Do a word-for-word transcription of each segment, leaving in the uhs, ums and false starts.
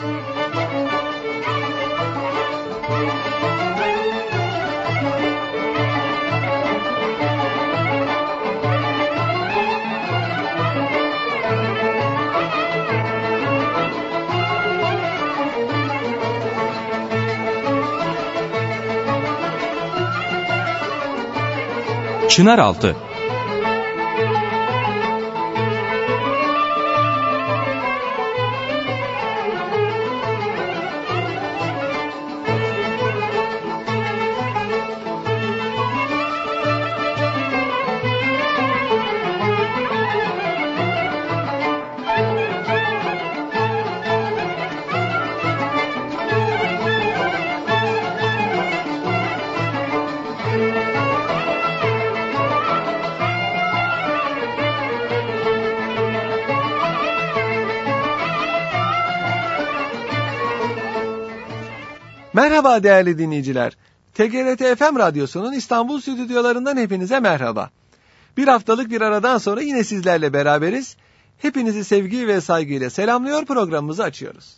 Çınaraltı. Merhaba değerli dinleyiciler. T G R T F M Radyosu'nun İstanbul stüdyolarından hepinize merhaba. Bir haftalık bir aradan sonra yine sizlerle beraberiz. Hepinizi sevgi ve saygıyla selamlıyor, programımızı açıyoruz.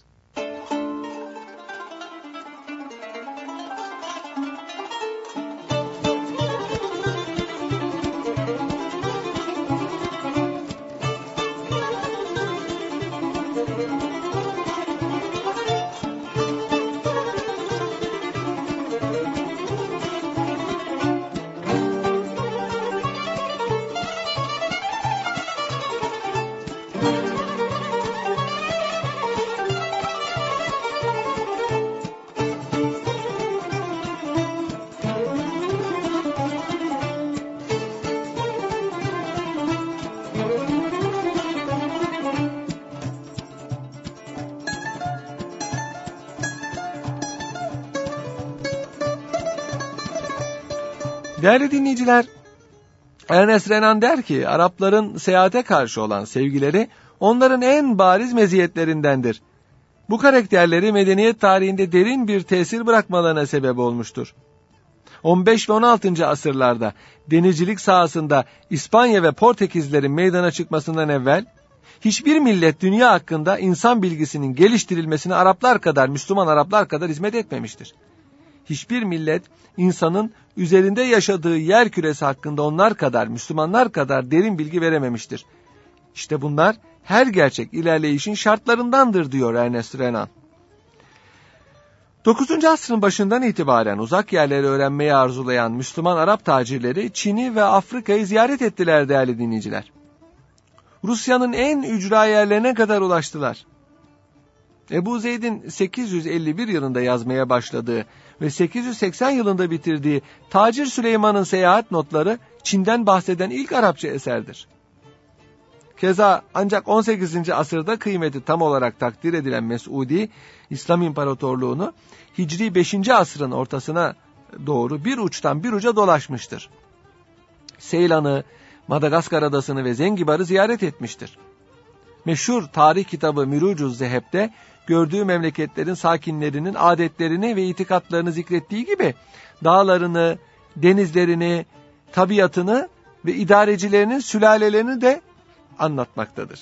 Değerli dinleyiciler, Ernest Renan der ki, Arapların seyahate karşı olan sevgileri onların en bariz meziyetlerindendir. Bu karakterleri medeniyet tarihinde derin bir tesir bırakmalarına sebep olmuştur. on beş ve on altıncı asırlarda denizcilik sahasında İspanya ve Portekizlerin meydana çıkmasından evvel, hiçbir millet dünya hakkında insan bilgisinin geliştirilmesine Araplar kadar, Müslüman Araplar kadar hizmet etmemiştir. Hiçbir millet insanın üzerinde yaşadığı yer küresi hakkında onlar kadar, Müslümanlar kadar derin bilgi verememiştir. İşte bunlar her gerçek ilerleyişin şartlarındandır diyor Ernest Renan. dokuzuncu asrın başından itibaren uzak yerleri öğrenmeyi arzulayan Müslüman Arap tacirleri Çin'i ve Afrika'yı ziyaret ettiler değerli dinleyiciler. Rusya'nın en ücra yerlerine kadar ulaştılar. Ebu Zeyd'in sekiz yüz elli bir yılında yazmaya başladığı ve sekiz yüz seksen yılında bitirdiği Tacir Süleyman'ın seyahat notları Çin'den bahseden ilk Arapça eserdir. Keza ancak on sekizinci asırda kıymeti tam olarak takdir edilen Mesudi, İslam İmparatorluğunu Hicri beşinci asrın ortasına doğru bir uçtan bir uca dolaşmıştır. Seylan'ı, Madagaskar adasını ve Zengibar'ı ziyaret etmiştir. Meşhur tarih kitabı Mirucuz Zeheb'de gördüğü memleketlerin sakinlerinin adetlerini ve itikatlarını zikrettiği gibi dağlarını, denizlerini, tabiatını ve idarecilerinin sülalelerini de anlatmaktadır.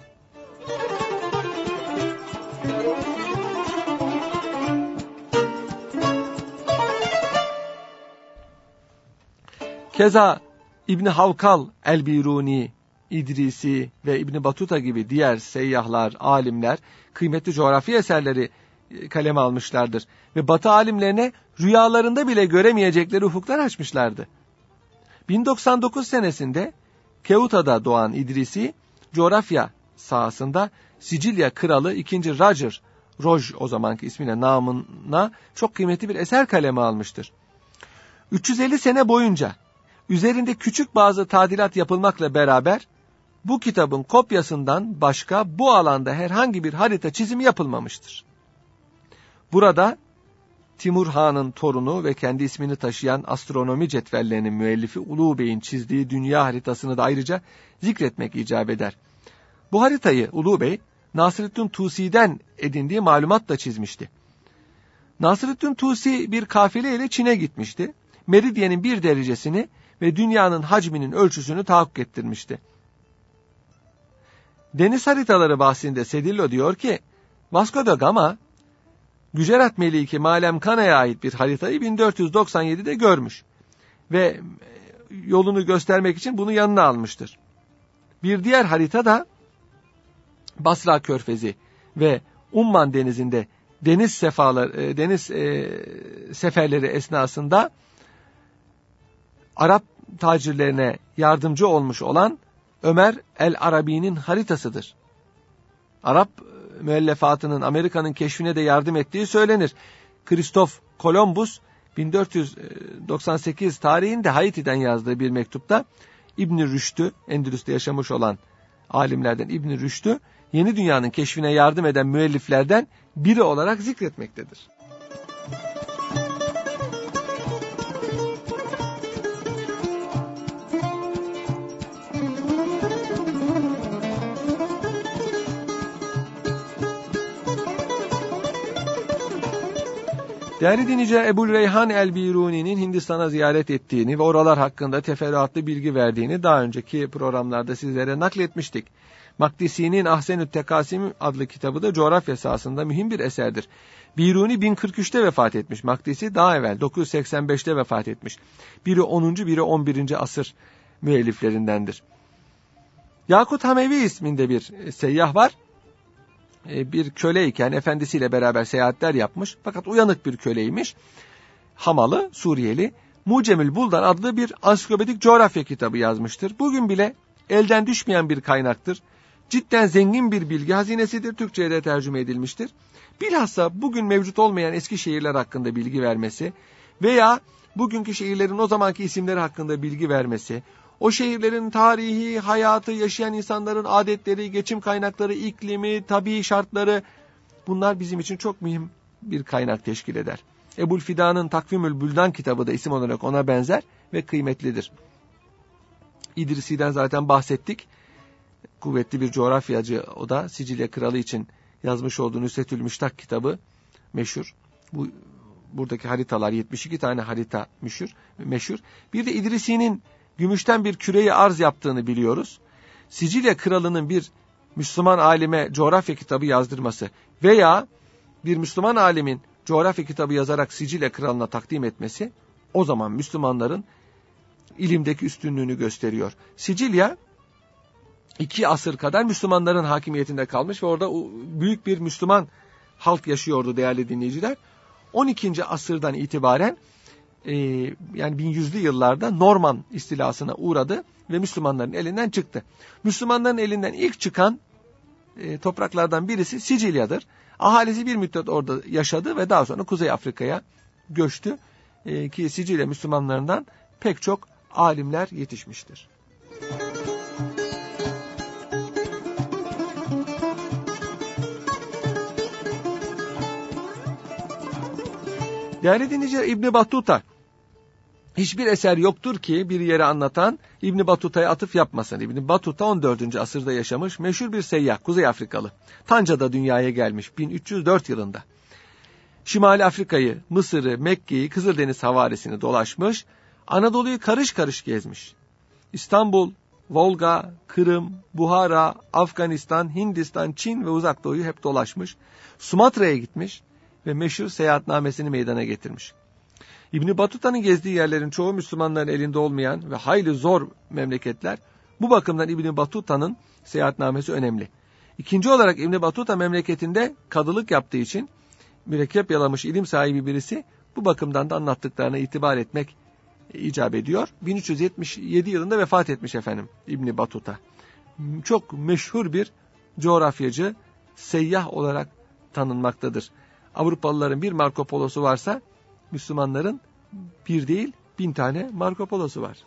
Keza İbni Havkal el-Biruni, İdrisi ve İbn Batuta gibi diğer seyyahlar, alimler kıymetli coğrafi eserleri kaleme almışlardır ve Batı alimlerine rüyalarında bile göremeyecekleri ufuklar açmışlardı. bin doksan dokuz senesinde Keuta'da doğan İdrisi, coğrafya sahasında Sicilya kralı ikinci. Roger, Roj o zamanki ismiyle namına çok kıymetli bir eser kaleme almıştır. üç yüz elli sene boyunca üzerinde küçük bazı tadilat yapılmakla beraber bu kitabın kopyasından başka bu alanda herhangi bir harita çizimi yapılmamıştır. Burada Timur Han'ın torunu ve kendi ismini taşıyan astronomi cetvellerinin müellifi Ulu Bey'in çizdiği dünya haritasını da ayrıca zikretmek icap eder. Bu haritayı Ulu Bey, Nasreddin Tusi'den edindiği malumatla çizmişti. Nasreddin Tusi bir kafile ile Çin'e gitmişti. Meridyenin bir derecesini ve dünyanın hacminin ölçüsünü tahakkuk ettirmişti. Deniz haritaları bahsinde Sedillo diyor ki, Vasco da Gama, Gücerat Meliki Malem Kana'ya ait bir haritayı bin dört yüz doksan yedi'de görmüş ve yolunu göstermek için bunu yanına almıştır. Bir diğer harita da Basra Körfezi ve Umman Denizi'nde deniz sefalar, deniz e, seferleri esnasında Arap tacirlerine yardımcı olmuş olan Ömer el-Arabi'nin haritasıdır. Arap müellefatının Amerika'nın keşfine de yardım ettiği söylenir. Kristof Kolombus bin dört yüz doksan sekiz tarihinde Haiti'den yazdığı bir mektupta İbn-i Rüşd'ü, Endülüs'te yaşamış olan alimlerden İbn-i Rüşd'ü yeni dünyanın keşfine yardım eden müelliflerden biri olarak zikretmektedir. Değerli dinleyiciler, Ebu Reyhan el-Biruni'nin Hindistan'a ziyaret ettiğini ve oralar hakkında teferruatlı bilgi verdiğini daha önceki programlarda sizlere nakletmiştik. Makdisi'nin Ahsenü't Tekasim adlı kitabı da coğrafya sahasında mühim bir eserdir. Biruni bin kırk üç'te vefat etmiş. Makdisi daha evvel dokuz yüz seksen beş'te vefat etmiş. Biri onuncu biri on birinci asır müelliflerindendir. Yakut Hamevi isminde bir seyyah var. Bir köleyken efendisiyle beraber seyahatler yapmış. Fakat uyanık bir köleymiş. Hamalı, Suriyeli. Mucemül Buldan adlı bir ansiklopedik coğrafya kitabı yazmıştır. Bugün bile elden düşmeyen bir kaynaktır. Cidden zengin bir bilgi hazinesidir. Türkçe'ye de tercüme edilmiştir. Bilhassa bugün mevcut olmayan eski şehirler hakkında bilgi vermesi veya bugünkü şehirlerin o zamanki isimleri hakkında bilgi vermesi, o şehirlerin tarihi, hayatı, yaşayan insanların adetleri, geçim kaynakları, iklimi, tabii şartları, bunlar bizim için çok mühim bir kaynak teşkil eder. Ebu'l-Fida'nın Takvimül Büldan kitabı da isim olarak ona benzer ve kıymetlidir. İdrisi'den zaten bahsettik. Kuvvetli bir coğrafyacı o da. Sicilya Kralı için yazmış olduğu Nüsetül Müştak kitabı meşhur. Bu buradaki haritalar yetmiş iki tane harita meşhur. meşhur. Bir de İdrisi'nin gümüşten bir küreyi arz yaptığını biliyoruz. Sicilya Kralı'nın bir Müslüman alime coğrafya kitabı yazdırması veya bir Müslüman alimin coğrafya kitabı yazarak Sicilya Kralı'na takdim etmesi o zaman Müslümanların ilimdeki üstünlüğünü gösteriyor. Sicilya iki asır kadar Müslümanların hakimiyetinde kalmış ve orada büyük bir Müslüman halk yaşıyordu değerli dinleyiciler. on ikinci asırdan itibaren e, yani bin yüzlü yıllarda Norman istilasına uğradı ve Müslümanların elinden çıktı. Müslümanların elinden ilk çıkan e, topraklardan birisi Sicilya'dır. Ahalisi bir müddet orada yaşadı ve daha sonra Kuzey Afrika'ya göçtü e, ki Sicilya Müslümanlarından pek çok alimler yetişmiştir. Değerli dinleyiciler, İbn Battuta, hiçbir eser yoktur ki bir yere anlatan İbn Battuta'ya atıf yapmasın. İbn Battuta on dördüncü asırda yaşamış meşhur bir seyyah, Kuzey Afrikalı. Tanca'da dünyaya gelmiş bin üç yüz dört yılında. Şimali Afrika'yı, Mısır'ı, Mekke'yi, Kızıldeniz havarisini dolaşmış, Anadolu'yu karış karış gezmiş. İstanbul, Volga, Kırım, Buhara, Afganistan, Hindistan, Çin ve Uzak Doğu'yu hep dolaşmış. Sumatra'ya gitmiş ve meşhur seyahatnamesini meydana getirmiş. İbn Battuta'nın gezdiği yerlerin çoğu Müslümanların elinde olmayan ve hayli zor memleketler. Bu bakımdan İbn Battuta'nın seyahatnamesi önemli. İkinci olarak İbn Battuta memleketinde kadılık yaptığı için mürekkep yalamış ilim sahibi birisi, bu bakımdan da anlattıklarına itibar etmek icap ediyor. bin üç yüz yetmiş yedi yılında vefat etmiş efendim İbn Battuta. Çok meşhur bir coğrafyacı, seyyah olarak tanınmaktadır. Avrupalıların bir Marco Polo'su varsa Müslümanların bir değil bin tane Marco Polo'su var.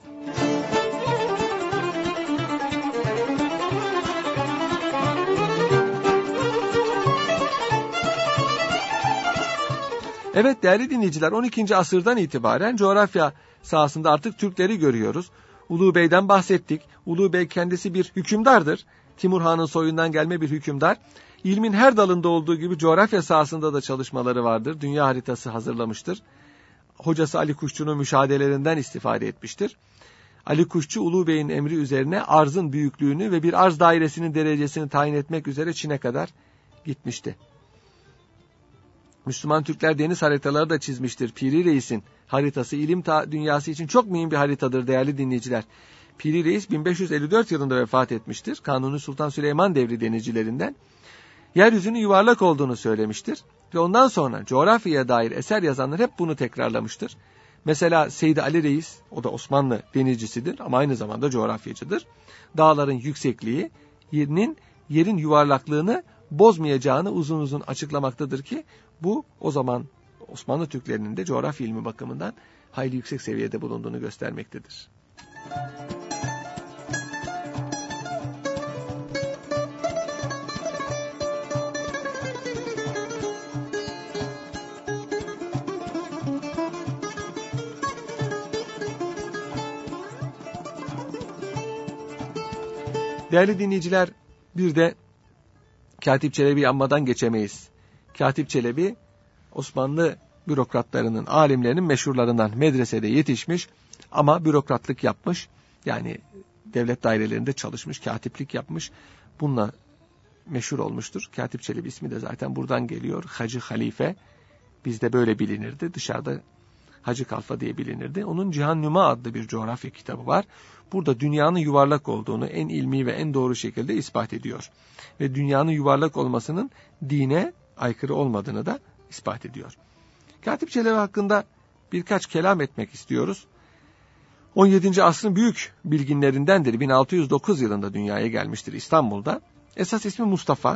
Evet değerli dinleyiciler, on ikinci asırdan itibaren coğrafya sahasında artık Türkleri görüyoruz. Ulu Bey'den bahsettik. Ulu Bey kendisi bir hükümdardır. Timur Han'ın soyundan gelme bir hükümdar. İlmin her dalında olduğu gibi coğrafya sahasında da çalışmaları vardır. Dünya haritası hazırlamıştır. Hocası Ali Kuşçu'nun müşahedelerinden istifade etmiştir. Ali Kuşçu, Ulu Bey'in emri üzerine arzın büyüklüğünü ve bir arz dairesinin derecesini tayin etmek üzere Çin'e kadar gitmişti. Müslüman Türkler deniz haritaları da çizmiştir. Piri Reis'in haritası ilim dünyası için çok mühim bir haritadır değerli dinleyiciler. Piri Reis bin beş yüz elli dört yılında vefat etmiştir. Kanuni Sultan Süleyman devri denizcilerinden. Yeryüzünün yuvarlak olduğunu söylemiştir. Ve ondan sonra coğrafyaya dair eser yazanlar hep bunu tekrarlamıştır. Mesela Seyyid Ali Reis, o da Osmanlı denizcisidir ama aynı zamanda coğrafyacıdır. Dağların yüksekliği yerinin yerin yuvarlaklığını bozmayacağını uzun uzun açıklamaktadır ki bu o zaman Osmanlı Türklerinin de coğrafya ilmi bakımından hayli yüksek seviyede bulunduğunu göstermektedir. Değerli dinleyiciler, bir de Katip Çelebi'yi anmadan geçemeyiz. Katip Çelebi, Osmanlı bürokratlarının, alimlerinin meşhurlarından, medresede yetişmiş ama bürokratlık yapmış. Yani devlet dairelerinde çalışmış, katiplik yapmış. Bununla meşhur olmuştur. Katip Çelebi ismi de zaten buradan geliyor. Hacı Halife, bizde böyle bilinirdi. Dışarıda Hacı Kalfa diye bilinirdi. Onun Cihan Nüma adlı bir coğrafya kitabı var. Burada dünyanın yuvarlak olduğunu en ilmi ve en doğru şekilde ispat ediyor. Ve dünyanın yuvarlak olmasının dine aykırı olmadığını da ispat ediyor. Katip Çelebi hakkında birkaç kelam etmek istiyoruz. on yedinci asrın büyük bilginlerindendir. bin altı yüz dokuz yılında dünyaya gelmiştir İstanbul'da. Esas ismi Mustafa.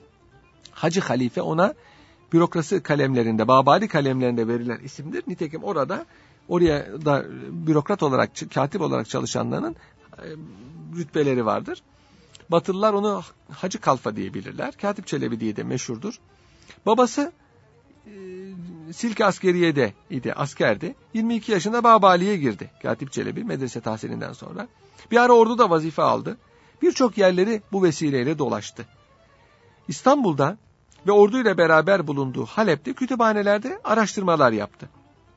Hacı Halife ona bürokrasi kalemlerinde, Babali kalemlerinde verilen isimdir. Nitekim orada, oraya da bürokrat olarak, katip olarak çalışanların rütbeleri vardır. Batılılar onu Hacı Kalfa diye bilirler. Katip Çelebi diye de meşhurdur. Babası e, Silke Askeriye'de idi, askerdi. yirmi iki yaşında Babali'ye girdi Katip Çelebi medrese tahsilinden sonra. Bir ara orduda vazife aldı. Birçok yerleri bu vesileyle dolaştı. İstanbul'da ve orduyla beraber bulunduğu Halep'te kütüphanelerde araştırmalar yaptı.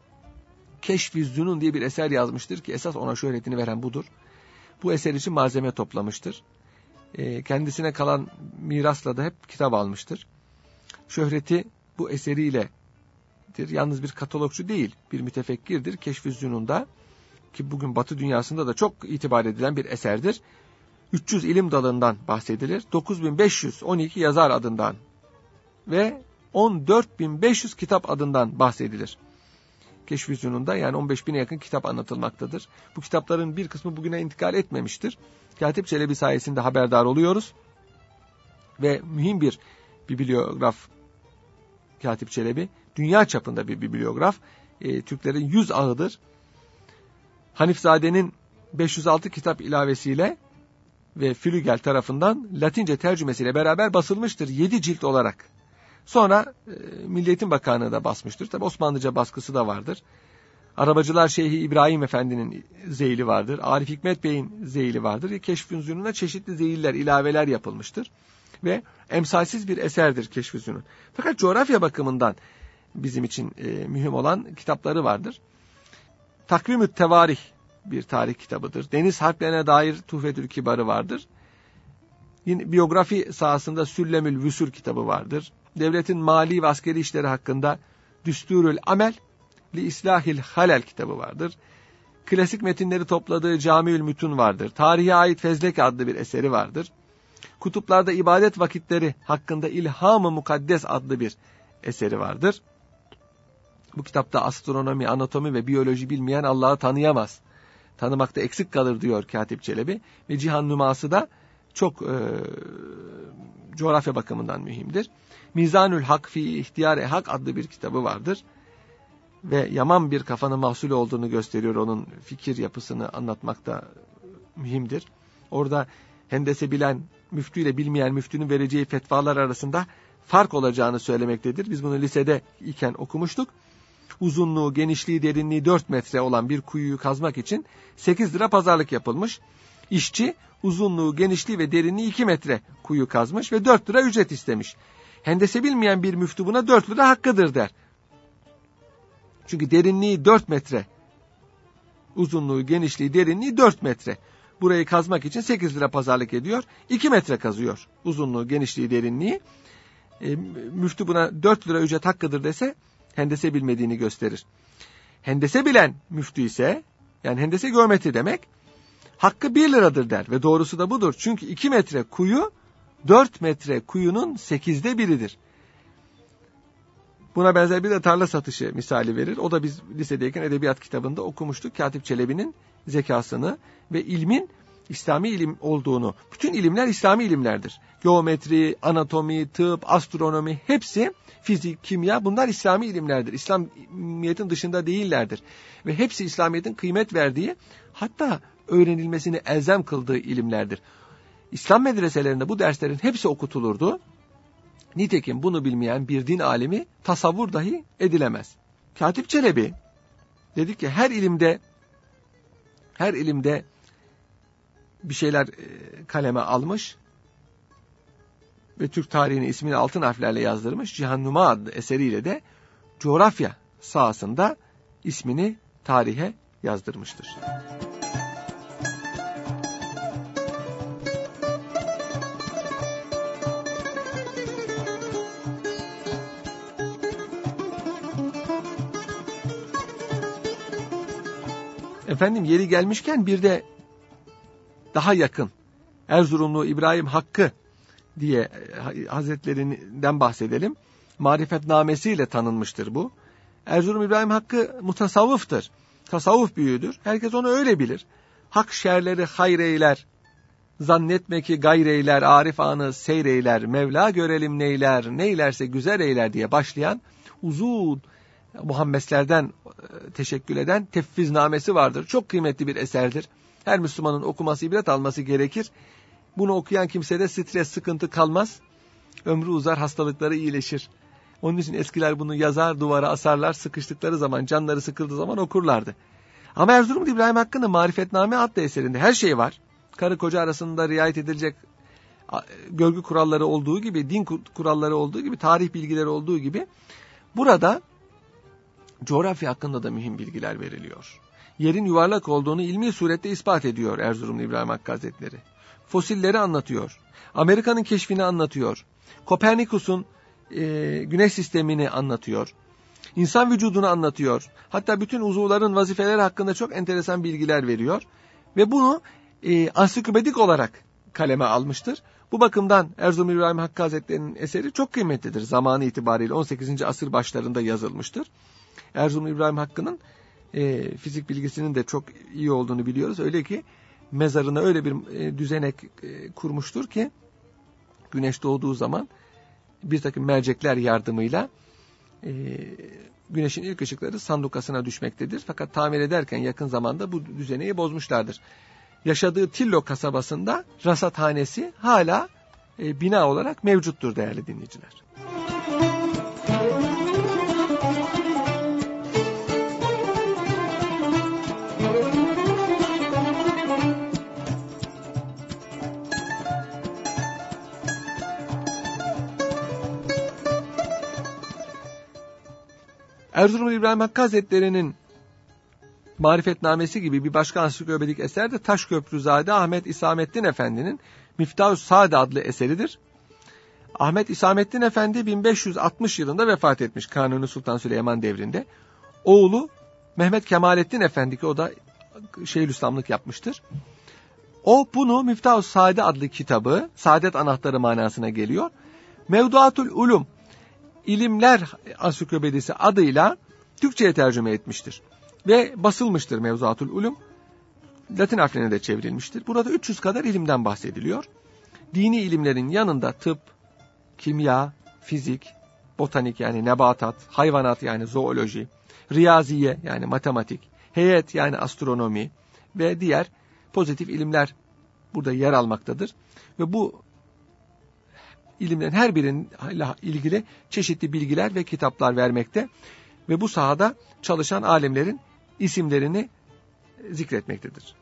Keşf-i Zünun diye bir eser yazmıştır ki esas ona şöhretini veren budur. Bu eser için malzeme toplamıştır. E, kendisine kalan mirasla da hep kitap almıştır. Şöhreti bu eseriyledir. Yalnız bir katalogcu değil, bir mütefekkirdir. Keşf-i Zünun'da, ki bugün Batı dünyasında da çok itibar edilen bir eserdir. üç yüz ilim dalından bahsedilir. dokuz bin beş yüz on iki yazar adından ve on dört bin beş yüz kitap adından bahsedilir. Keşf-i Zünun'da yani on beş bine yakın kitap anlatılmaktadır. Bu kitapların bir kısmı bugüne intikal etmemiştir. Katip Çelebi sayesinde haberdar oluyoruz. Ve mühim bir bibliograf Katip Çelebi. Dünya çapında bir bibliograf. E, Türklerin yüz ağıdır. Hanifzade'nin beş yüz altı kitap ilavesiyle ve Flügel tarafından Latince tercümesiyle beraber basılmıştır yedi cilt olarak. Sonra e, Milli Eğitim Bakanlığı da basmıştır. Tabi Osmanlıca baskısı da vardır. Arabacılar Şeyhi İbrahim Efendi'nin zeyli vardır. Arif Hikmet Bey'in zeyli vardır. Keşf-i Zünun'a çeşitli zeyiller, ilaveler yapılmıştır. Ve emsalsiz bir eserdir Keşf-i Zünun. Fakat coğrafya bakımından bizim için e, mühim olan kitapları vardır. Takvim-ü Tevarih bir tarih kitabıdır. Deniz harplerine dair Tuhfetül Kibarı vardır. Yine biyografi sahasında Süllemül Vüsül kitabı vardır. Devletin mali ve askeri işleri hakkında Düsturül Amel li İslahil Halel kitabı vardır. Klasik metinleri topladığı Camiül Mütun vardır. Tarihe ait Fezleke adlı bir eseri vardır. Kutuplarda ibadet vakitleri hakkında İlham-ı Mukaddes adlı bir eseri vardır. Bu kitapta astronomi, anatomi ve biyoloji bilmeyen Allah'ı tanıyamaz. Tanımakta eksik kalır diyor Katip Çelebi. Ve Cihan Nüması da çok e, coğrafya bakımından mühimdir. Mizanül Hak fi İhtiyar-ı Hak adlı bir kitabı vardır. Ve yaman bir kafanın mahsulü olduğunu gösteriyor. Onun fikir yapısını anlatmakta mühimdir. Orada hendese bilen müftüyle bilmeyen müftünün vereceği fetvalar arasında fark olacağını söylemektedir. Biz bunu lisede iken okumuştuk. Uzunluğu, genişliği, derinliği dört metre olan bir kuyuyu kazmak için sekiz lira pazarlık yapılmış. İşçi uzunluğu, genişliği ve derinliği iki metre kuyu kazmış ve dört lira ücret istemiş. Hendese bilmeyen bir müftü buna dört lira hakkıdır der. Çünkü derinliği dört metre. Uzunluğu, genişliği, derinliği dört metre. Burayı kazmak için sekiz lira pazarlık ediyor. iki metre kazıyor. Uzunluğu, genişliği, derinliği. e, müftü buna dört lira ücret hakkıdır dese hendese bilmediğini gösterir. Hendese bilen müftü ise, yani hendese geometri demek, hakkı bir liradır der ve doğrusu da budur. Çünkü iki metre kuyu dört metre kuyunun sekizde biridir. Buna benzer bir de tarla satışı misali verir. O da biz lisedeyken edebiyat kitabında okumuştuk. Katip Çelebi'nin zekasını ve ilmin İslami ilim olduğunu. Bütün ilimler İslami ilimlerdir. Geometri, anatomi, tıp, astronomi hepsi, fizik, kimya, bunlar İslami ilimlerdir. İslamiyet'in dışında değillerdir. Ve hepsi İslamiyet'in kıymet verdiği, hatta öğrenilmesini elzem kıldığı ilimlerdir. İslam medreselerinde bu derslerin hepsi okutulurdu. Nitekim bunu bilmeyen bir din alimi tasavvur dahi edilemez. Katip Çelebi dedik ki her ilimde her ilimde bir şeyler kaleme almış ve Türk tarihini ismini altın harflerle yazdırmış. Cihannuma adlı eseriyle de coğrafya sahasında ismini tarihe yazdırmıştır. Efendim yeri gelmişken bir de daha yakın Erzurumlu İbrahim Hakkı diye hazretlerinden bahsedelim. Marifetnamesiyle tanınmıştır bu. Erzurum İbrahim Hakkı mutasavvıftır. Tasavvuf büyüğüdür. Herkes onu öyle bilir. Hak şerleri hayreyler, zannetme ki gayreyler, arif anı seyreyler, Mevla görelim neyler, neylerse güzel eyler diye başlayan uzun muhammeslerden teşekkül eden tefviznamesi vardır. Çok kıymetli bir eserdir. Her Müslümanın okuması, ibret alması gerekir. Bunu okuyan kimsede stres, sıkıntı kalmaz. Ömrü uzar, hastalıkları iyileşir. Onun için eskiler bunu yazar, duvara asarlar, sıkıştıkları zaman, canları sıkıldığı zaman okurlardı. Ama Erzurumlu İbrahim Hakkı'nın Marifetname adlı eserinde her şey var. Karı koca arasında riayet edilecek görgü kuralları olduğu gibi, din kuralları olduğu gibi, tarih bilgileri olduğu gibi burada coğrafya hakkında da mühim bilgiler veriliyor. Yerin yuvarlak olduğunu ilmi surette ispat ediyor Erzurumlu İbrahim Hakkı Hazretleri. Fosilleri anlatıyor. Amerika'nın keşfini anlatıyor. Kopernikus'un e, güneş sistemini anlatıyor. İnsan vücudunu anlatıyor. Hatta bütün uzuvların vazifeleri hakkında çok enteresan bilgiler veriyor. Ve bunu e, ansiklopedik olarak kaleme almıştır. Bu bakımdan Erzurum İbrahim Hakkı Hazretleri'nin eseri çok kıymetlidir. Zamanı itibariyle on sekizinci asır başlarında yazılmıştır. Erzurum İbrahim Hakkı'nın e, fizik bilgisinin de çok iyi olduğunu biliyoruz. Öyle ki mezarına öyle bir e, düzenek e, kurmuştur ki güneş doğduğu zaman bir takım mercekler yardımıyla e, güneşin ilk ışıkları sandukasına düşmektedir. Fakat tamir ederken yakın zamanda bu düzeneyi bozmuşlardır. Yaşadığı Tillo kasabasında rasathanesi hala e, bina olarak mevcuttur değerli dinleyiciler. Erzurum İbrahim Hakkı Hazretleri'nin Marifetnamesi gibi bir başka ansiklopedik eser de Taşköprüzade Ahmet İsamettin Efendi'nin Miftah-ı Saade adlı eseridir. Ahmet İsamettin Efendi bin beş yüz altmış yılında vefat etmiş Kanuni Sultan Süleyman devrinde. Oğlu Mehmet Kemalettin Efendi ki o da Şeyhülislamlık yapmıştır. O bunu Miftah-ı Saade adlı kitabı, saadet anahtarı manasına geliyor. Mevduatul Ulum, İlimler Ansiklopedisi adıyla Türkçe'ye tercüme etmiştir. Ve basılmıştır Mevzuatul Ulum. Latin harflerine de çevrilmiştir. Burada üç yüz kadar ilimden bahsediliyor. Dini ilimlerin yanında tıp, kimya, fizik, botanik yani nebatat, hayvanat yani zooloji, riyaziye yani matematik, heyet yani astronomi ve diğer pozitif ilimler burada yer almaktadır. Ve bu ilimlerin her birinin ilgili çeşitli bilgiler ve kitaplar vermekte ve bu sahada çalışan alimlerin isimlerini zikretmektedir.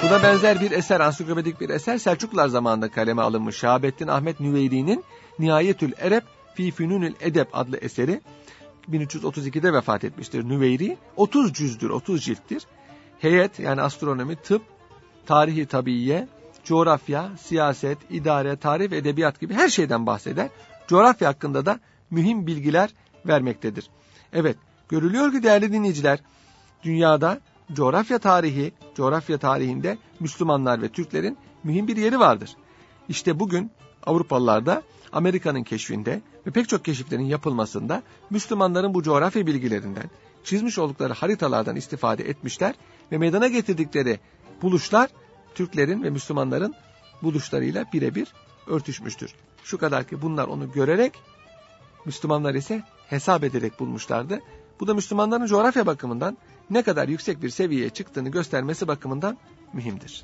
Buna benzer bir eser, ansiklopedik bir eser Selçuklular zamanında kaleme alınmış. Şahabettin Ahmet Nüveyri'nin Nihayetül Ereb fi Fünunül Edeb adlı eseri bin üç yüz otuz ikide vefat etmiştir Nüveyri. otuz cüzdür, otuz cilttir. Heyet yani astronomi, tıp, tarihi tabiiye, coğrafya, siyaset, idare, tarih ve edebiyat gibi her şeyden bahseder. Coğrafya hakkında da mühim bilgiler vermektedir. Evet, görülüyor ki değerli dinleyiciler, dünyada coğrafya tarihi, coğrafya tarihinde Müslümanlar ve Türklerin mühim bir yeri vardır. İşte bugün Avrupalılar da Amerika'nın keşfinde ve pek çok keşiflerin yapılmasında Müslümanların bu coğrafya bilgilerinden, çizmiş oldukları haritalardan istifade etmişler ve meydana getirdikleri buluşlar Türklerin ve Müslümanların buluşlarıyla birebir örtüşmüştür. Şu kadar ki bunlar onu görerek, Müslümanlar ise hesap ederek bulmuşlardı. Bu da Müslümanların coğrafya bakımından ne kadar yüksek bir seviyeye çıktığını göstermesi bakımından mühimdir.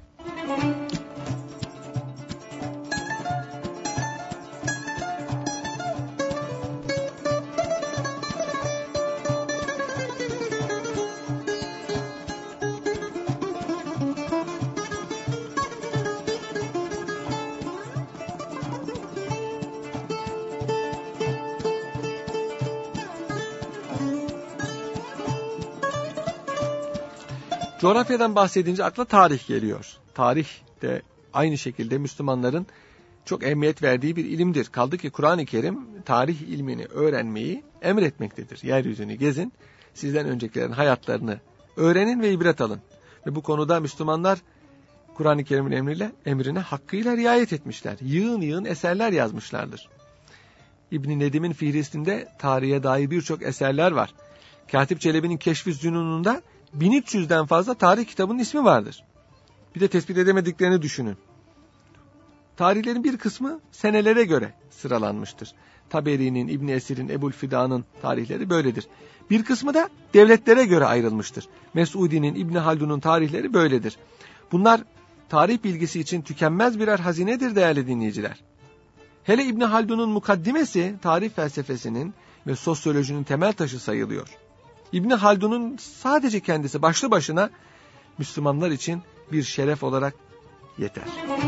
Coğrafyadan bahsedince akla tarih geliyor. Tarih de aynı şekilde Müslümanların çok ehemmiyet verdiği bir ilimdir. Kaldı ki Kur'an-ı Kerim tarih ilmini öğrenmeyi emretmektedir. Yeryüzünü gezin, sizden öncekilerin hayatlarını öğrenin ve ibret alın. Ve bu konuda Müslümanlar Kur'an-ı Kerim'in emriyle, emrine hakkıyla riayet etmişler. Yığın yığın eserler yazmışlardır. İbn Nedim'in Fihrist'inde tarihe dair birçok eserler var. Katip Çelebi'nin Keşf-i Zünun'unda bin üç yüzden fazla tarih kitabının ismi vardır. Bir de tespit edemediklerini düşünün. Tarihlerin bir kısmı senelere göre sıralanmıştır. Taberi'nin, İbn Esir'in, Ebu'l-Fida'nın tarihleri böyledir. Bir kısmı da devletlere göre ayrılmıştır. Mes'udi'nin, İbn Haldun'un tarihleri böyledir. Bunlar tarih bilgisi için tükenmez birer hazinedir değerli dinleyiciler. Hele İbn Haldun'un mukaddimesi tarih felsefesinin ve sosyolojinin temel taşı sayılıyor. İbn Haldun'un sadece kendisi başlı başına Müslümanlar için bir şeref olarak yeter.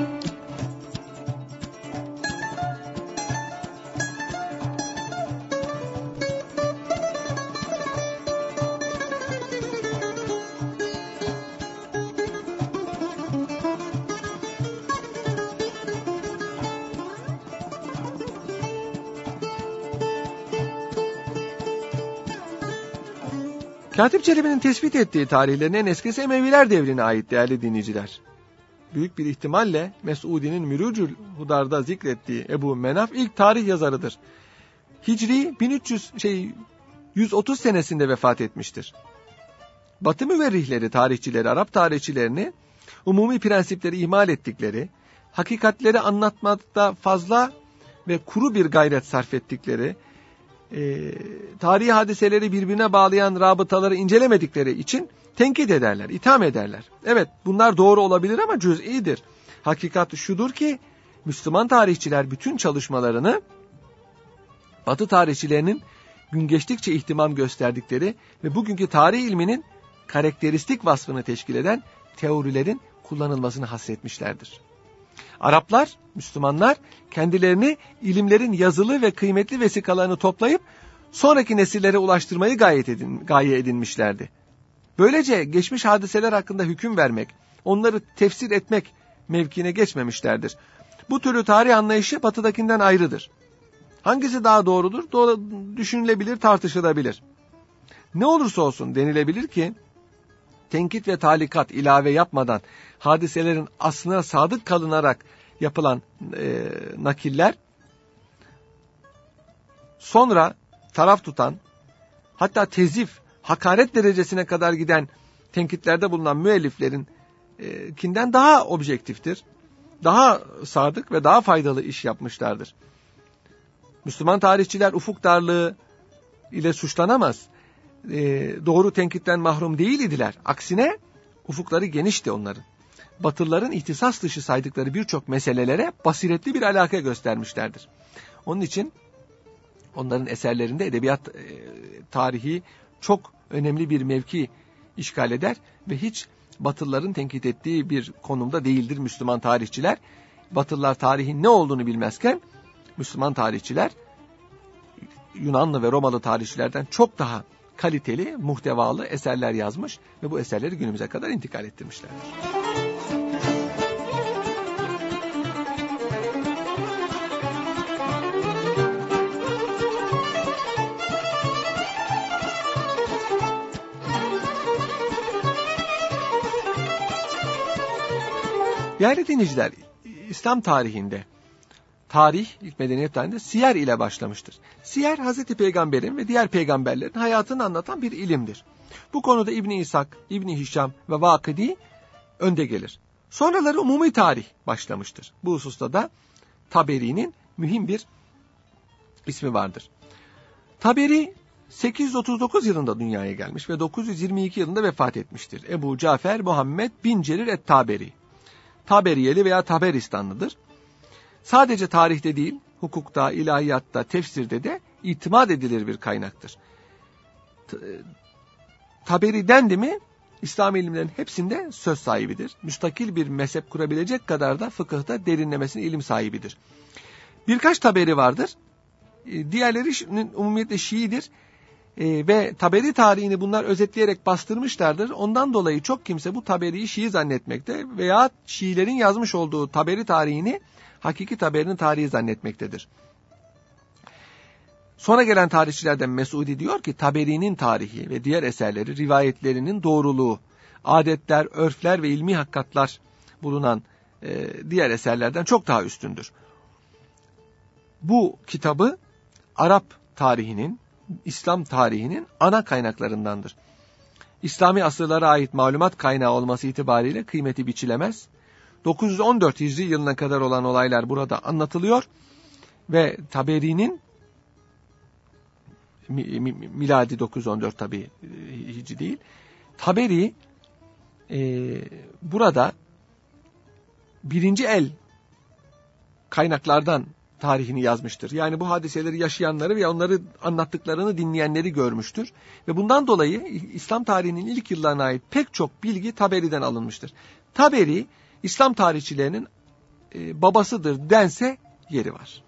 Katip Çelebi'nin tespit ettiği tarihlerin en eskisi Emeviler devrine ait değerli dinleyiciler. Büyük bir ihtimalle Mes'udi'nin Mürücül Hudar'da zikrettiği Ebu Menaf ilk tarih yazarıdır. Hicri bin üç yüz şey yüz otuz senesinde vefat etmiştir. Batı müverrihleri, tarihçileri, Arap tarihçilerini umumi prensipleri ihmal ettikleri, hakikatleri anlatmakta fazla ve kuru bir gayret sarf ettikleri, E, tarihi hadiseleri birbirine bağlayan rabıtaları incelemedikleri için tenkit ederler, itham ederler. Evet, bunlar doğru olabilir ama cüz'idir. Hakikat şudur ki Müslüman tarihçiler bütün çalışmalarını Batı tarihçilerinin gün geçtikçe ihtimam gösterdikleri ve bugünkü tarih ilminin karakteristik vasfını teşkil eden teorilerin kullanılmasını hasretmişlerdir. Araplar, Müslümanlar kendilerini ilimlerin yazılı ve kıymetli vesikalarını toplayıp sonraki nesillere ulaştırmayı gayet edin, gaye edinmişlerdi. Böylece geçmiş hadiseler hakkında hüküm vermek, onları tefsir etmek mevkine geçmemişlerdir. Bu türlü tarih anlayışı batıdakinden ayrıdır. Hangisi daha doğrudur? Doğru, düşünülebilir, tartışılabilir. Ne olursa olsun denilebilir ki, tenkit ve talikat ilave yapmadan hadiselerin aslına sadık kalınarak yapılan e, nakiller, sonra taraf tutan, hatta tezif, hakaret derecesine kadar giden tenkitlerde bulunan müelliflerin e, kinden daha objektiftir, daha sadık ve daha faydalı iş yapmışlardır. Müslüman tarihçiler ufuk darlığı ile suçlanamaz. E, doğru tenkitten mahrum değil idiler. Aksine ufukları genişti onların. Batılıların ihtisas dışı saydıkları birçok meselelere basiretli bir alaka göstermişlerdir. Onun için onların eserlerinde edebiyat e, tarihi çok önemli bir mevki işgal eder ve hiç Batılıların tenkit ettiği bir konumda değildir Müslüman tarihçiler. Batılılar tarihin ne olduğunu bilmezken Müslüman tarihçiler Yunanlı ve Romalı tarihçilerden çok daha kaliteli, muhtevalı eserler yazmış ve bu eserleri günümüze kadar intikal ettirmişlerdir. Değerli dinleyiciler, İslam tarihinde, tarih, ilk medeniyet tarihinde siyer ile başlamıştır. Siyer, Hazreti Peygamber'in ve diğer peygamberlerin hayatını anlatan bir ilimdir. Bu konuda İbn-i İshak, İbn-i Hişam ve Vakidi önde gelir. Sonraları umumi tarih başlamıştır. Bu hususta da Taberi'nin mühim bir ismi vardır. Taberi, sekiz yüz otuz dokuz yılında dünyaya gelmiş ve dokuz yüz yirmi iki yılında vefat etmiştir. Ebu Cafer Muhammed bin Cerir et-Taberi. Taberiyeli veya Taberistanlıdır. Sadece tarihte değil, hukukta, ilahiyatta, tefsirde de itimat edilir bir kaynaktır. Taberi dendi mi, İslam ilimlerinin hepsinde söz sahibidir. Müstakil bir mezhep kurabilecek kadar da fıkıhta derinlemesine ilim sahibidir. Birkaç Taberi vardır. Diğerleri umumiyetle Şii'dir. E, ve Taberi tarihini bunlar özetleyerek bastırmışlardır. Ondan dolayı çok kimse bu Taberi'yi Şii zannetmekte veya Şiilerin yazmış olduğu Taberi tarihini hakiki Taberi'nin tarihi zannetmektedir. Sonra gelen tarihçilerden Mesudi diyor ki Taberi'nin tarihi ve diğer eserleri rivayetlerinin doğruluğu, adetler, örfler ve ilmi hakikatlar bulunan e, diğer eserlerden çok daha üstündür. Bu kitabı Arap tarihinin, İslam tarihinin ana kaynaklarındandır. İslami asırlara ait malumat kaynağı olması itibariyle kıymeti biçilemez. dokuz yüz on dört Hicri yılına kadar olan olaylar burada anlatılıyor ve Taberi'nin miladi dokuz yüz on dört tabi Hicri değil. Taberi e, burada birinci el kaynaklardan tarihini yazmıştır. Yani bu hadiseleri yaşayanları ve onları anlattıklarını dinleyenleri görmüştür. Ve bundan dolayı İslam tarihinin ilk yıllarına ait pek çok bilgi Taberi'den alınmıştır. Taberi, İslam tarihçilerinin e, babasıdır dense yeri var.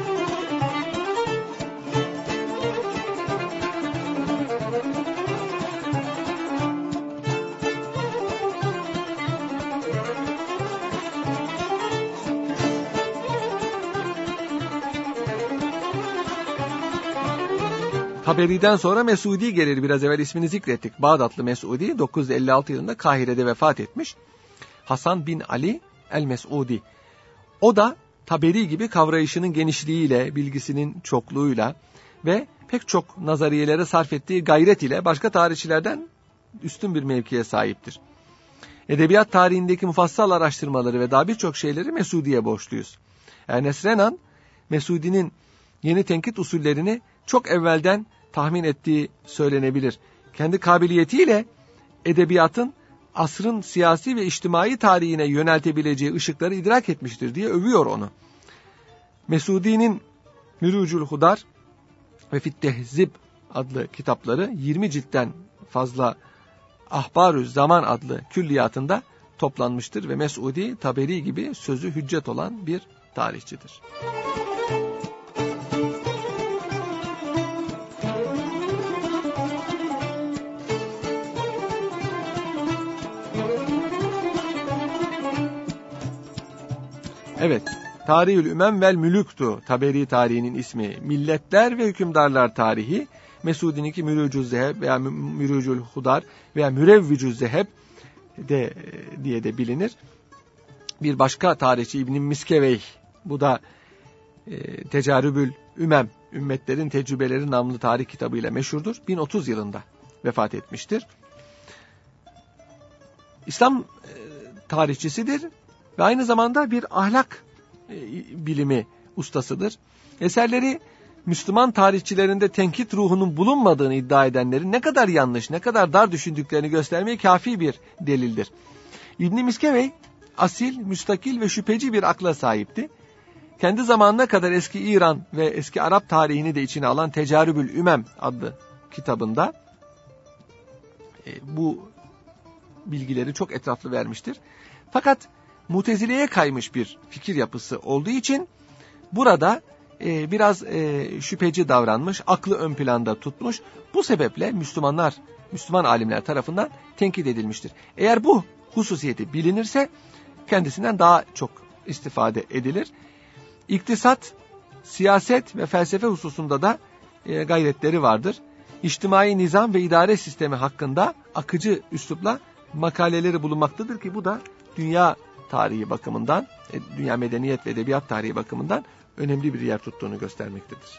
Taberi'den sonra Mesudi gelir. Biraz evvel ismini zikrettik. Bağdatlı Mesudi dokuz yüz elli altı yılında Kahire'de vefat etmiş. Hasan bin Ali el-Mesudi. O da Taberi gibi kavrayışının genişliğiyle, bilgisinin çokluğuyla ve pek çok nazariyelere sarf ettiği gayret ile başka tarihçilerden üstün bir mevkiye sahiptir. Edebiyat tarihindeki mufassal araştırmaları ve daha birçok şeyleri Mesudi'ye borçluyuz. Ernest Renan, Mesudi'nin yeni tenkit usullerini çok evvelden tahmin ettiği söylenebilir. Kendi kabiliyetiyle edebiyatın asrın siyasi ve içtimai tarihine yöneltebileceği ışıkları idrak etmiştir diye övüyor onu. Mesudi'nin Mürücül Hudar ve Fit Tehzib adlı kitapları yirmi ciltten fazla Ahbarü Zaman adlı külliyatında toplanmıştır ve Mesudi Taberi gibi sözü hüccet olan bir tarihçidir. Evet, Tarihül Ümem vel Mülük'tu Taberi tarihinin ismi. Milletler ve hükümdarlar tarihi, Mesudi'ninki Mürücül Zeheb veya Mürücül Hudar veya Mürevvicül Zeheb de, diye de bilinir. Bir başka tarihçi İbn Miskeveyh, bu da e, Tecarübül Ümem, Ümmetlerin Tecrübeleri namlı tarih kitabıyla meşhurdur. bin otuz yılında vefat etmiştir. İslam e, tarihçisidir ve aynı zamanda bir ahlak e, bilimi ustasıdır. Eserleri Müslüman tarihçilerinde tenkit ruhunun bulunmadığını iddia edenlerin ne kadar yanlış, ne kadar dar düşündüklerini göstermeye kafi bir delildir. İbn Miskevey asil, müstakil ve şüpheci bir akla sahipti. Kendi zamanına kadar eski İran ve eski Arap tarihini de içine alan Tecarübül Ümem adlı kitabında e, bu bilgileri çok etraflı vermiştir. Fakat Mutezile'ye kaymış bir fikir yapısı olduğu için burada e, biraz e, şüpheci davranmış, aklı ön planda tutmuş. Bu sebeple Müslümanlar, Müslüman alimler tarafından tenkit edilmiştir. Eğer bu hususiyeti bilinirse kendisinden daha çok istifade edilir. İktisat, siyaset ve felsefe hususunda da e, gayretleri vardır. İçtimai nizam ve idare sistemi hakkında akıcı üslupla makaleleri bulunmaktadır ki bu da dünya tarihi bakımından, dünya medeniyet ve edebiyat tarihi bakımından önemli bir yer tuttuğunu göstermektedir.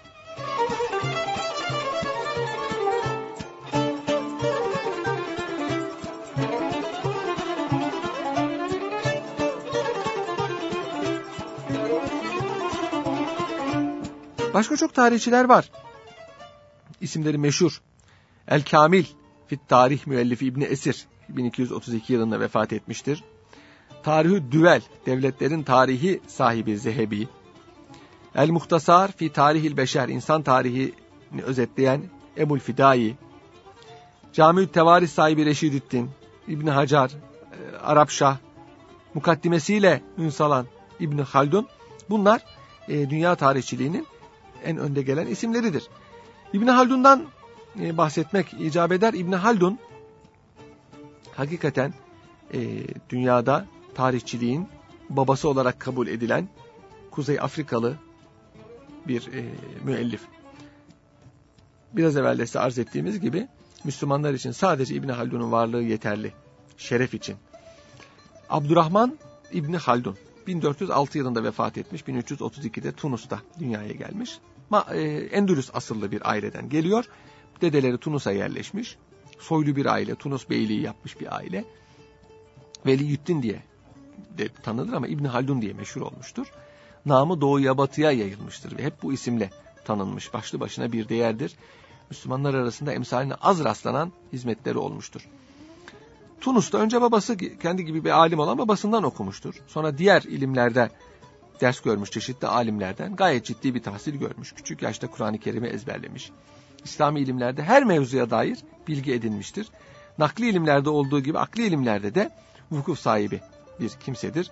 Başka çok tarihçiler var. İsimleri meşhur. El-Kamil fit Tarih müellifi İbni Esir bin iki yüz otuz iki yılında vefat etmiştir. Tarih-ü Düvel, devletlerin tarihi sahibi Zehebi. El-Muhtasar fi Tarihil Beşer, insan tarihini özetleyen Ebul Fidai. Cami-ü Tevaris sahibi Reşidüddin, İbni Hacar, e, Arap Şah, mukaddimesiyle ünsalan İbni Haldun. Bunlar e, dünya tarihçiliğinin en önde gelen isimleridir. İbni Haldun'dan e, bahsetmek icap eder. İbni Haldun hakikaten e, dünyada tarihçiliğin babası olarak kabul edilen Kuzey Afrikalı bir e, müellif. Biraz evvel de size arz ettiğimiz gibi Müslümanlar için sadece İbni Haldun'un varlığı yeterli. Şeref için. Abdurrahman İbni Haldun bin dört yüz altı yılında vefat etmiş. bin üç yüz otuz ikide Tunus'ta dünyaya gelmiş. Ma, e, Endülüs asıllı bir aileden geliyor. Dedeleri Tunus'a yerleşmiş. Soylu bir aile. Tunus beyliği yapmış bir aile. Veliyüddin diye de tanınır ama İbni Haldun diye meşhur olmuştur. Namı doğuya batıya yayılmıştır ve hep bu isimle tanınmış. Başlı başına bir değerdir. Müslümanlar arasında emsaline az rastlanan hizmetleri olmuştur. Tunus'ta önce babası kendi gibi bir alim olan babasından okumuştur. Sonra diğer ilimlerde ders görmüş çeşitli alimlerden. Gayet ciddi bir tahsil görmüş. Küçük yaşta Kur'an-ı Kerim'i ezberlemiş. İslami ilimlerde her mevzuya dair bilgi edinmiştir. Nakli ilimlerde olduğu gibi akli ilimlerde de vukuf sahibi bir kimsedir.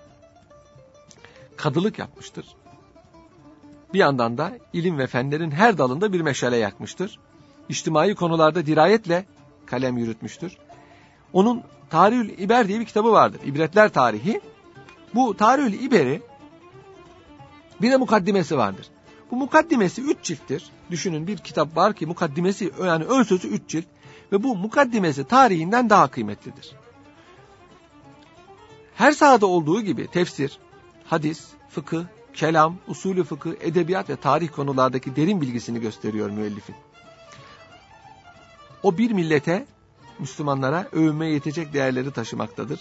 Kadılık yapmıştır. Bir yandan da ilim ve fenlerin her dalında bir meşale yakmıştır. İçtimai konularda dirayetle kalem yürütmüştür. Onun Tarihül İber diye bir kitabı vardır. İbretler tarihi. Bu Tarihül İber'i bir de mukaddimesi vardır. Bu mukaddimesi üç cilttir. Düşünün bir kitap var ki mukaddimesi yani ön sözü üç cilt ve bu mukaddimesi tarihinden daha kıymetlidir. Her sahada olduğu gibi tefsir, hadis, fıkıh, kelam, usulü fıkıh, edebiyat ve tarih konulardaki derin bilgisini gösteriyor müellifin. O bir millete, Müslümanlara övünmeye yetecek değerleri taşımaktadır.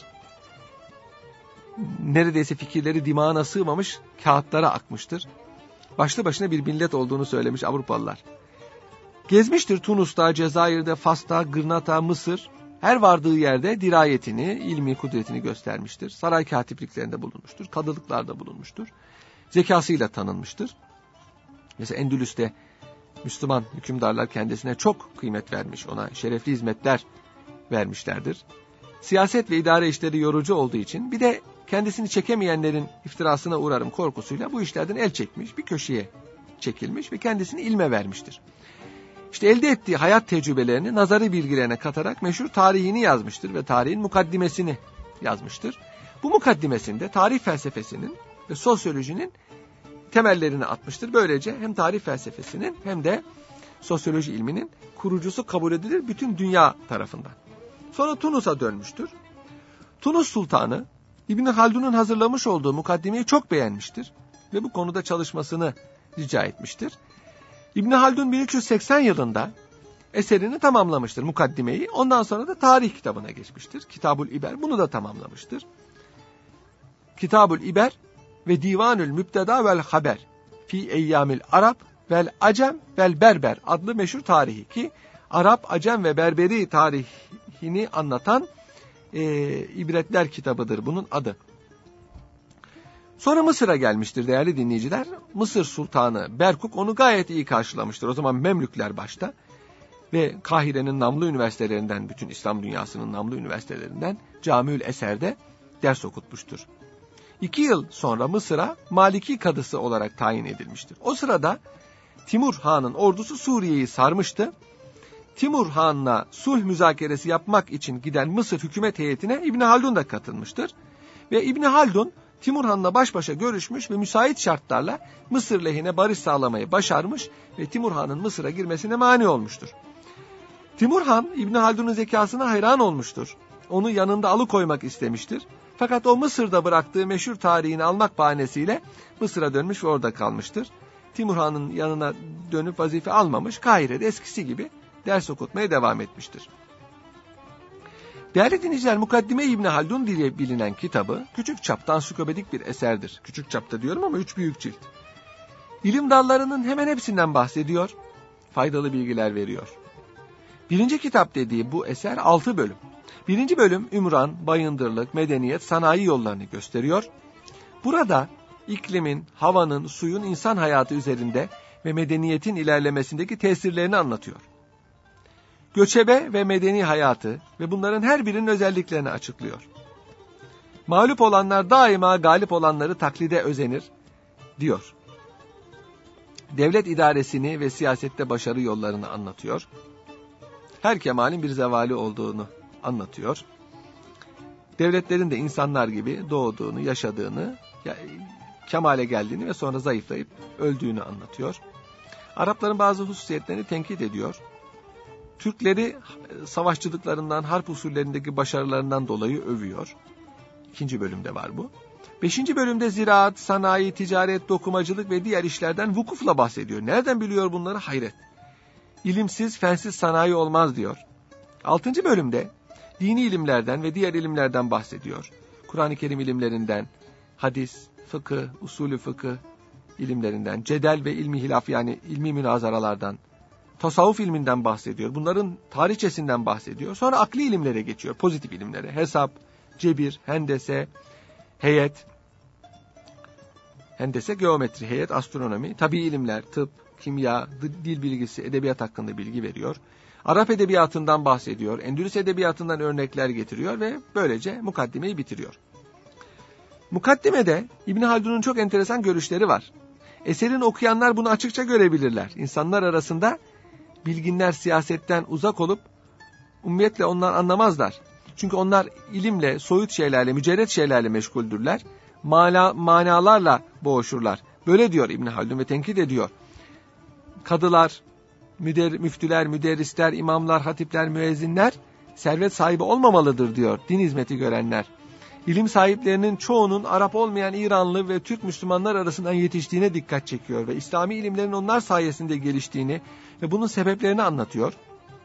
Neredeyse fikirleri dimağına sığmamış kağıtlara akmıştır. Başlı başına bir millet olduğunu söylemiş Avrupalılar. Gezmiştir Tunus'ta, Cezayir'de, Fas'ta, Gırnata, Mısır. Her vardığı yerde dirayetini, ilmi kudretini göstermiştir. Saray katipliklerinde bulunmuştur. Kadılıklarda bulunmuştur. Zekasıyla tanınmıştır. Mesela Endülüs'te Müslüman hükümdarlar kendisine çok kıymet vermiş. Ona şerefli hizmetler vermişlerdir. Siyaset ve idare işleri yorucu olduğu için bir de kendisini çekemeyenlerin iftirasına uğrarım korkusuyla bu işlerden el çekmiş, bir köşeye çekilmiş ve kendisini ilme vermiştir. İşte elde ettiği hayat tecrübelerini nazari bilgilerine katarak meşhur tarihini yazmıştır ve tarihin mukaddimesini yazmıştır. Bu mukaddimesinde tarih felsefesinin ve sosyolojinin temellerini atmıştır. Böylece hem tarih felsefesinin hem de sosyoloji ilminin kurucusu kabul edilir bütün dünya tarafından. Sonra Tunus'a dönmüştür. Tunus Sultanı İbn Haldun'un hazırlamış olduğu mukaddimeyi çok beğenmiştir ve bu konuda çalışmasını rica etmiştir. İbn Haldun bin üç yüz seksen yılında eserini tamamlamıştır, mukaddimeyi. Ondan sonra da tarih kitabına geçmiştir. Kitabul İber bunu da tamamlamıştır. Kitabul İber ve Divanül Mübteda vel Haber fi Eyyamil Arab vel Acem vel Berber adlı meşhur tarihi ki Arap, Acem ve Berberi tarihini anlatan e, ibretler kitabıdır bunun adı. Sonra Mısır'a gelmiştir değerli dinleyiciler. Mısır Sultanı Berkuk onu gayet iyi karşılamıştır. O zaman Memlükler başta ve Kahire'nin namlı üniversitelerinden, bütün İslam dünyasının namlı üniversitelerinden Camiül Eser'de ders okutmuştur. İki yıl sonra Mısır'a Maliki kadısı olarak tayin edilmiştir. O sırada Timur Han'ın ordusu Suriye'yi sarmıştı. Timur Han'la sulh müzakeresi yapmak için giden Mısır hükümet heyetine İbn Haldun da katılmıştır. Ve İbn Haldun Timur Han'la baş başa görüşmüş ve müsait şartlarla Mısır lehine barış sağlamayı başarmış ve Timur Han'ın Mısır'a girmesine mani olmuştur. Timur Han İbn Haldun'un zekasına hayran olmuştur. Onu yanında alıkoymak istemiştir. Fakat o Mısır'da bıraktığı meşhur tarihini almak bahanesiyle Mısır'a dönmüş ve orada kalmıştır. Timur Han'ın yanına dönüp vazife almamış, Kahire'de eskisi gibi ders okutmaya devam etmiştir. Değerli dinleyiciler, Mukaddime İbn Haldun diye bilinen kitabı küçük çapta ansiklopedik bir eserdir. Küçük çapta diyorum ama üç büyük cilt. İlim dallarının hemen hepsinden bahsediyor, faydalı bilgiler veriyor. Birinci kitap dediği bu eser altı bölüm. Birinci bölüm ümran, bayındırlık, medeniyet, sanayi yollarını gösteriyor. Burada iklimin, havanın, suyun insan hayatı üzerinde ve medeniyetin ilerlemesindeki tesirlerini anlatıyor. Göçebe ve medeni hayatı ve bunların her birinin özelliklerini açıklıyor. Mağlup olanlar daima galip olanları taklide özenir, diyor. Devlet idaresini ve siyasette başarı yollarını anlatıyor. Her kemalin bir zevali olduğunu anlatıyor. Devletlerin de insanlar gibi doğduğunu, yaşadığını, kemale geldiğini ve sonra zayıflayıp öldüğünü anlatıyor. Arapların bazı hususiyetlerini tenkit ediyor. Türkleri savaşçılıklarından, harp usullerindeki başarılarından dolayı övüyor. İkinci bölümde var bu. Beşinci bölümde ziraat, sanayi, ticaret, dokumacılık ve diğer işlerden vukufla bahsediyor. Nereden biliyor bunları? Hayret. İlimsiz, fensiz sanayi olmaz diyor. Altıncı bölümde dini ilimlerden ve diğer ilimlerden bahsediyor. Kur'an-ı Kerim ilimlerinden, hadis, fıkıh, usulü fıkıh ilimlerinden, cedel ve ilmi hilaf yani ilmi münazaralardan, tasavvuf ilminden bahsediyor. Bunların tarihçesinden bahsediyor. Sonra akli ilimlere geçiyor, pozitif ilimlere. Hesap, cebir, hendese, heyet, hendese, geometri, heyet, astronomi, tabii ilimler, tıp, kimya, dil bilgisi, edebiyat hakkında bilgi veriyor. Arap edebiyatından bahsediyor, Endülüs edebiyatından örnekler getiriyor ve böylece mukaddimeyi bitiriyor. Mukaddimede İbn Haldun'un çok enteresan görüşleri var. Eserin okuyanlar bunu açıkça görebilirler. İnsanlar arasında bilginler siyasetten uzak olup ummiyetle onlar anlamazlar. Çünkü onlar ilimle, soyut şeylerle, mücerret şeylerle meşguldürler. Mana, manalarla boğuşurlar. Böyle diyor İbn Haldun ve tenkit ediyor. Kadılar, müder, müftüler, müderrisler, imamlar, hatipler, müezzinler servet sahibi olmamalıdır diyor din hizmeti görenler. İlim sahiplerinin çoğunun Arap olmayan İranlı ve Türk Müslümanlar arasından yetiştiğine dikkat çekiyor ve İslami ilimlerin onlar sayesinde geliştiğini ve bunun sebeplerini anlatıyor.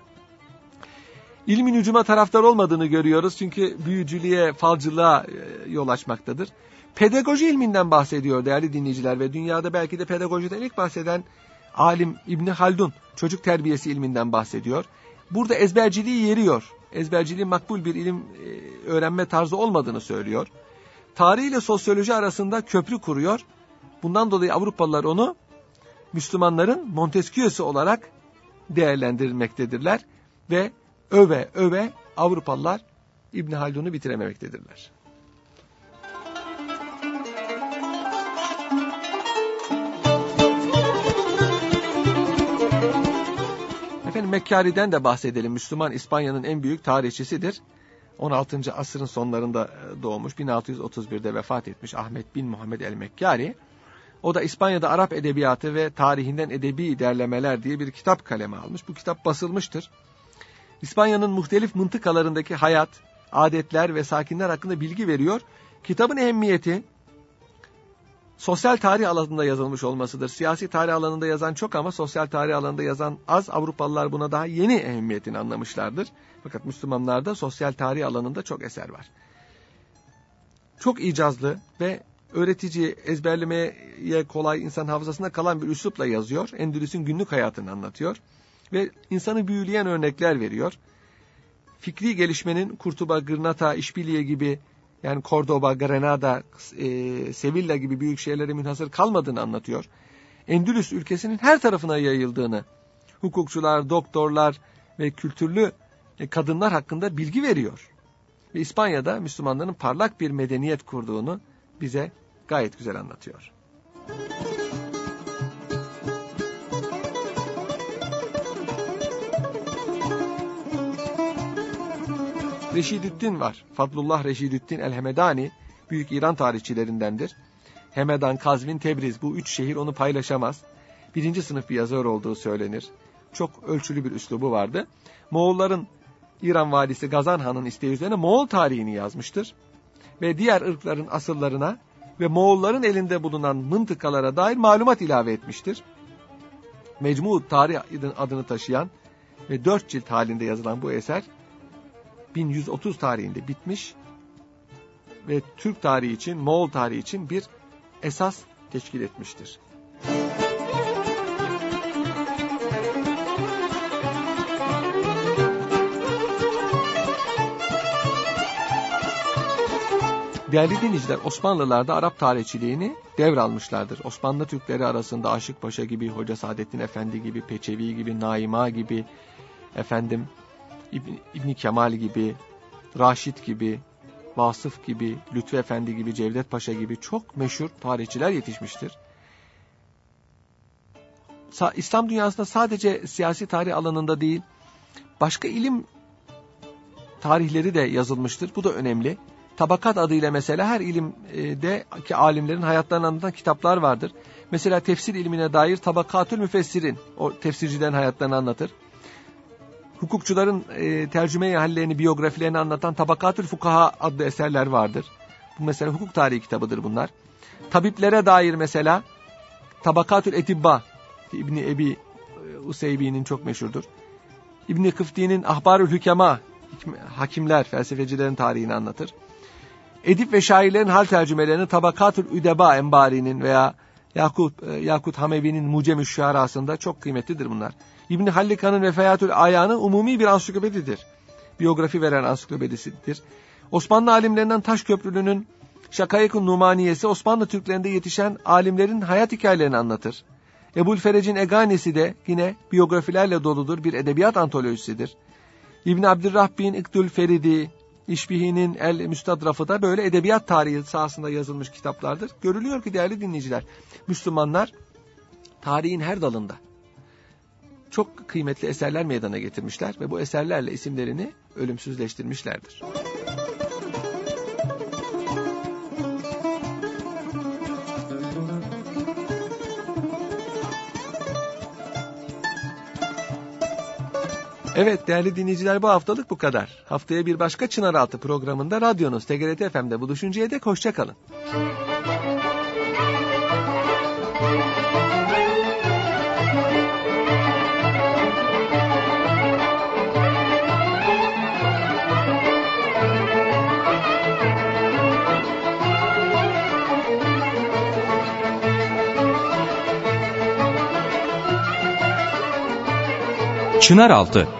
İlmin hücuma taraftar olmadığını görüyoruz çünkü büyücülüğe, falcılığa yol açmaktadır. Pedagoji ilminden bahsediyor değerli dinleyiciler ve dünyada belki de pedagojiden ilk bahseden alim İbn Haldun çocuk terbiyesi ilminden bahsediyor. Burada ezberciliği yeriyor. Ezberciliğin makbul bir ilim e, öğrenme tarzı olmadığını söylüyor. Tarih ile sosyoloji arasında köprü kuruyor. Bundan dolayı Avrupalılar onu Müslümanların Montesquieu'su olarak değerlendirmektedirler ve öve öve Avrupalılar İbn Haldun'u bitirememektedirler. Efendim Mekkari'den de bahsedelim. Müslüman İspanya'nın en büyük tarihçisidir. on altıncı asrın sonlarında doğmuş, bin altı yüz otuz birde vefat etmiş Ahmet bin Muhammed el-Mekkari. O da İspanya'da Arap edebiyatı ve tarihinden edebi derlemeler diye bir kitap kaleme almış. Bu kitap basılmıştır. İspanya'nın muhtelif mıntıkalarındaki hayat, adetler ve sakinler hakkında bilgi veriyor. Kitabın ehemmiyeti sosyal tarih alanında yazılmış olmasıdır. Siyasi tarih alanında yazan çok ama sosyal tarih alanında yazan az. Avrupalılar buna daha yeni ehemmiyetini anlamışlardır. Fakat Müslümanlarda sosyal tarih alanında çok eser var. Çok icazlı ve öğretici, ezberlemeye kolay, insan hafızasında kalan bir üslupla yazıyor. Endülüs'ün günlük hayatını anlatıyor. Ve insanı büyüleyen örnekler veriyor. Fikri gelişmenin Kurtuba, Gırnata, İşbiliye gibi yani Cordoba, Granada, e, Sevilla gibi büyük şehirlere münhasır kalmadığını anlatıyor. Endülüs ülkesinin her tarafına yayıldığını, hukukçular, doktorlar ve kültürlü kadınlar hakkında bilgi veriyor. ve İspanya'da Müslümanların parlak bir medeniyet kurduğunu bize gayet güzel anlatıyor. Reşidüddin var. Fadlullah Reşidüddin el-Hemedani büyük İran tarihçilerindendir. Hemedan, Kazvin, Tebriz bu üç şehir onu paylaşamaz. Birinci sınıf bir yazar olduğu söylenir. Çok ölçülü bir üslubu vardı. Moğolların İran valisi Gazan Han'ın isteği üzerine Moğol tarihini yazmıştır. Ve diğer ırkların asıllarına ve Moğolların elinde bulunan mıntıkalara dair malumat ilave etmiştir. Mecmu Tarih adını taşıyan ve dört cilt halinde yazılan bu eser bin yüz otuz tarihinde bitmiş ve Türk tarihi için, Moğol tarihi için bir esas teşkil etmiştir. Değerli dinleyiciler, Osmanlılar da Arap tarihçiliğini devralmışlardır. Osmanlı Türkleri arasında Aşık Paşa gibi, Hoca Saadettin Efendi gibi, Peçevi gibi, Naima gibi, efendim İbn, İbn Kemal gibi, Raşit gibi, Vasıf gibi, Lütfü Efendi gibi, Cevdet Paşa gibi çok meşhur tarihçiler yetişmiştir. Sa- İslam dünyasında sadece siyasi tarih alanında değil, başka ilim tarihleri de yazılmıştır. Bu da önemli. Tabakat adıyla mesela her ilimde ki alimlerin hayatlarını anlatan kitaplar vardır. Mesela tefsir ilmine dair Tabakatül Müfessirin, o tefsircilerin hayatlarını anlatır. Hukukçuların e, tercüme-i hallerini, biyografilerini anlatan Tabakatül Fukaha adlı eserler vardır. Bu mesela hukuk tarihi kitabıdır bunlar. Tabiplere dair mesela Tabakatül Etibba, İbni Ebi Useybi'nin çok meşhurdur. İbni Kıfti'nin Ahbarül Hükema, hakimler, felsefecilerin tarihini anlatır. Edip ve şairlerin hal tercümelerini Tabakatül Üdeba Embari'nin veya Yakut, Yakut Hamevi'nin Mucem-i Şuara'sında çok kıymetlidir bunlar. İbn Hallika'nın Vefayatül Ayan'ı umumi bir ansiklopedidir. Biyografi veren ansiklopedisidir. Osmanlı alimlerinden Taşköprülü'nün Şakayık-ı Numaniyesi Osmanlı Türklerinde yetişen alimlerin hayat hikayelerini anlatır. Ebu'l-Ferec'in Eganesi de yine biyografilerle doludur, bir edebiyat antolojisidir. İbn Abdurrahbin İktül Feridi, İşbihi'nin El Müstadrafı da böyle edebiyat tarihi sahasında yazılmış kitaplardır. Görülüyor ki değerli dinleyiciler, Müslümanlar tarihin her dalında çok kıymetli eserler meydana getirmişler ve bu eserlerle isimlerini ölümsüzleştirmişlerdir. Evet değerli dinleyiciler, bu haftalık bu kadar. Haftaya bir başka Çınaraltı programında radyonuz T G R T F M'de buluşuncaya dek hoşça kalın. Çınaraltı